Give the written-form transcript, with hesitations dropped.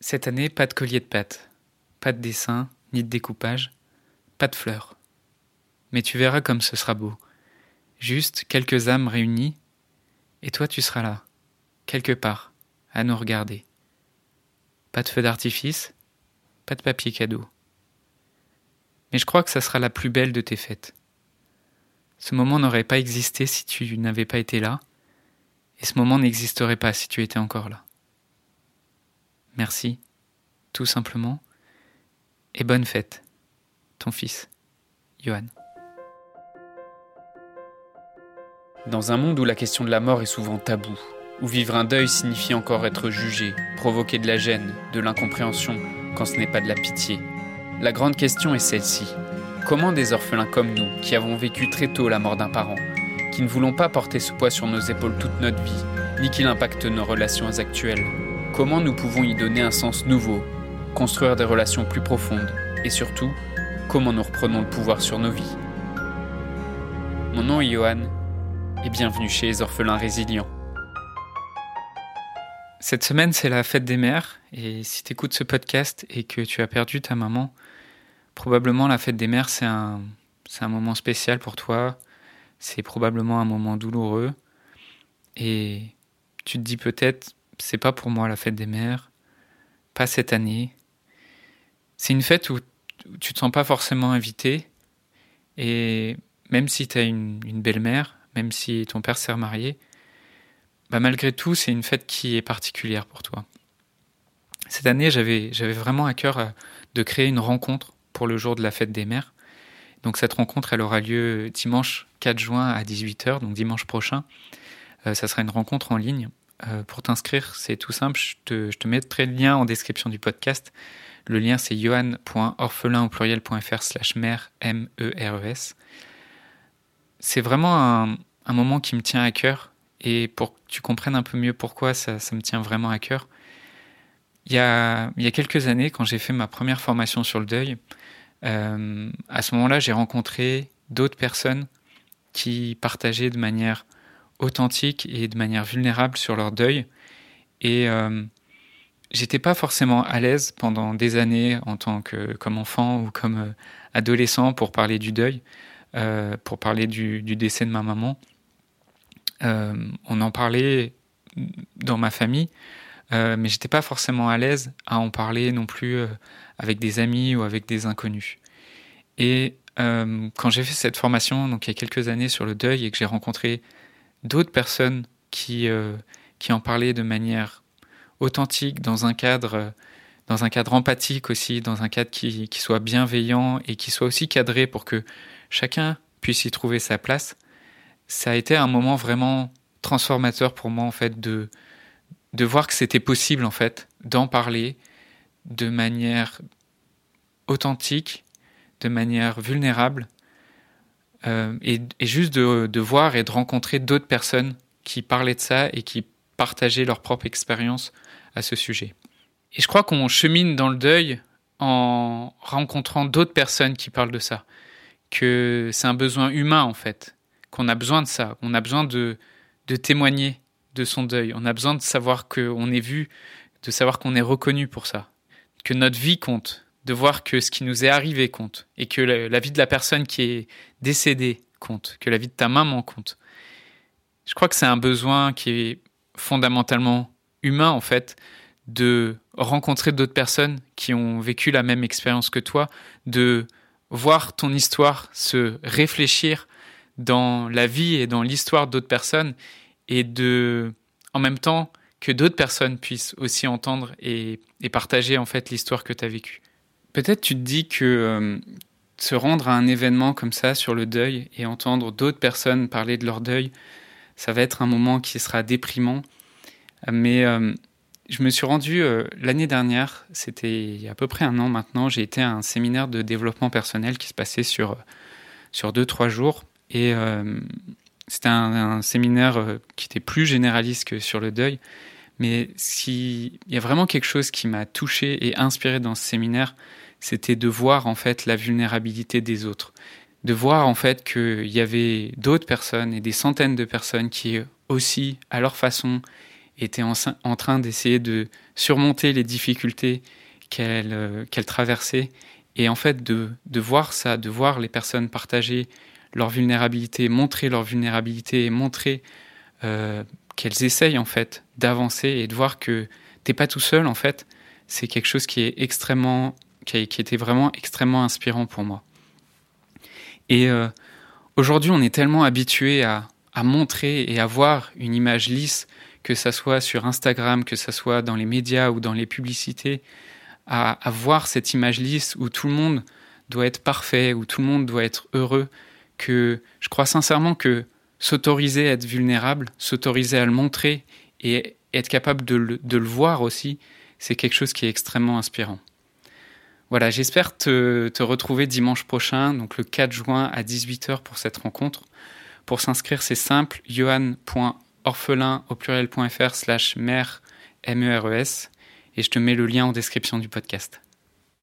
Cette année, pas de collier de pâtes, pas de dessin, ni de découpage, pas de fleurs. Mais tu verras comme ce sera beau. Juste quelques âmes réunies, et toi tu seras là, quelque part, à nous regarder. Pas de feu d'artifice, pas de papier cadeau. Mais je crois que ça sera la plus belle de tes fêtes. Ce moment n'aurait pas existé si tu n'avais pas été là, et ce moment n'existerait pas si tu étais encore là. Merci, tout simplement, et bonne fête, ton fils, Johan. Dans un monde où la question de la mort est souvent taboue, où vivre un deuil signifie encore être jugé, provoquer de la gêne, de l'incompréhension, quand ce n'est pas de la pitié, la grande question est celle-ci. Comment des orphelins comme nous, qui avons vécu très tôt la mort d'un parent, qui ne voulons pas porter ce poids sur nos épaules toute notre vie, ni qu'il impacte nos relations actuelles, comment nous pouvons y donner un sens nouveau, construire des relations plus profondes, et surtout, comment nous reprenons le pouvoir sur nos vies. Mon nom est Johan, et bienvenue chez les orphelins résilients. Cette semaine, c'est la fête des mères, et si tu écoutes ce podcast et que tu as perdu ta maman, probablement la fête des mères, c'est un moment spécial pour toi, c'est probablement un moment douloureux, et tu te dis peut-être, c'est pas pour moi la fête des mères, pas cette année. C'est une fête où tu te sens pas forcément invité, et même si tu as une belle-mère, même si ton père s'est remarié, malgré tout, c'est une fête qui est particulière pour toi. Cette année, j'avais vraiment à cœur de créer une rencontre pour le jour de la fête des mères. Donc cette rencontre, elle aura lieu dimanche 4 juin à 18h, donc dimanche prochain. Ça sera une rencontre en ligne. Pour t'inscrire, c'est tout simple, je te mettrai le lien en description du podcast. Le lien, c'est johan.orphelin.fr/mère, MERES. C'est vraiment un moment qui me tient à cœur, et pour que tu comprennes un peu mieux pourquoi ça me tient vraiment à cœur. Il y a quelques années, quand j'ai fait ma première formation sur le deuil, à ce moment-là, j'ai rencontré d'autres personnes qui partageaient de manière authentique et de manière vulnérable sur leur deuil. Et j'étais pas forcément à l'aise pendant des années en tant comme enfant ou comme adolescent pour parler du deuil, pour parler du décès de ma maman. On en parlait dans ma famille, mais j'étais pas forcément à l'aise à en parler non plus avec des amis ou avec des inconnus. Et quand j'ai fait cette formation, donc il y a quelques années sur le deuil, et que j'ai rencontré d'autres personnes qui en parlaient de manière authentique, dans un cadre empathique aussi, dans un cadre qui soit bienveillant et qui soit aussi cadré pour que chacun puisse y trouver sa place, ça a été un moment vraiment transformateur pour moi, en fait, de voir que c'était possible, en fait, d'en parler de manière authentique, de manière vulnérable, et juste de voir et de rencontrer d'autres personnes qui parlaient de ça et qui partageaient leur propre expérience à ce sujet. Et je crois qu'on chemine dans le deuil en rencontrant d'autres personnes qui parlent de ça, que c'est un besoin humain, en fait, qu'on a besoin de ça, on a besoin de témoigner de son deuil, on a besoin de savoir qu'on est vu, de savoir qu'on est reconnu pour ça, que notre vie compte, de voir que ce qui nous est arrivé compte, et que la vie de la personne qui est décédée compte, que la vie de ta maman compte. Je crois que c'est un besoin qui est fondamentalement humain, en fait, de rencontrer d'autres personnes qui ont vécu la même expérience que toi, de voir ton histoire se réfléchir dans la vie et dans l'histoire d'autres personnes, et en même temps que d'autres personnes puissent aussi entendre et partager, en fait, l'histoire que tu as vécue. Peut-être tu te dis que se rendre à un événement comme ça sur le deuil et entendre d'autres personnes parler de leur deuil, ça va être un moment qui sera déprimant. Mais je me suis rendu l'année dernière, c'était il y a à peu près 1 an maintenant, j'ai été à un séminaire de développement personnel qui se passait sur 2-3 jours. Et c'était un séminaire qui était plus généraliste que sur le deuil. Mais il y a vraiment quelque chose qui m'a touché et inspiré dans ce séminaire, c'était de voir, en fait, la vulnérabilité des autres. De voir, en fait, qu'il y avait d'autres personnes et des centaines de personnes qui aussi, à leur façon, était en train d'essayer de surmonter les difficultés qu'elle traversait. Et en fait, de voir ça, de voir les personnes partager leur vulnérabilité, montrer leur vulnérabilité et montrer qu'elles essayent en fait d'avancer et de voir que t'es pas tout seul en fait, c'est quelque chose qui est qui était vraiment extrêmement inspirant pour moi. Et aujourd'hui, on est tellement habitué à montrer et à voir une image lisse, que ça soit sur Instagram, que ça soit dans les médias ou dans les publicités, à voir cette image lisse où tout le monde doit être parfait, où tout le monde doit être heureux, que je crois sincèrement que s'autoriser à être vulnérable, s'autoriser à le montrer et être capable de le voir aussi, c'est quelque chose qui est extrêmement inspirant. Voilà, j'espère te retrouver dimanche prochain, donc le 4 juin à 18h pour cette rencontre. Pour s'inscrire, c'est simple, johan.orphelin.fr/MERES, et je te mets le lien en description du podcast.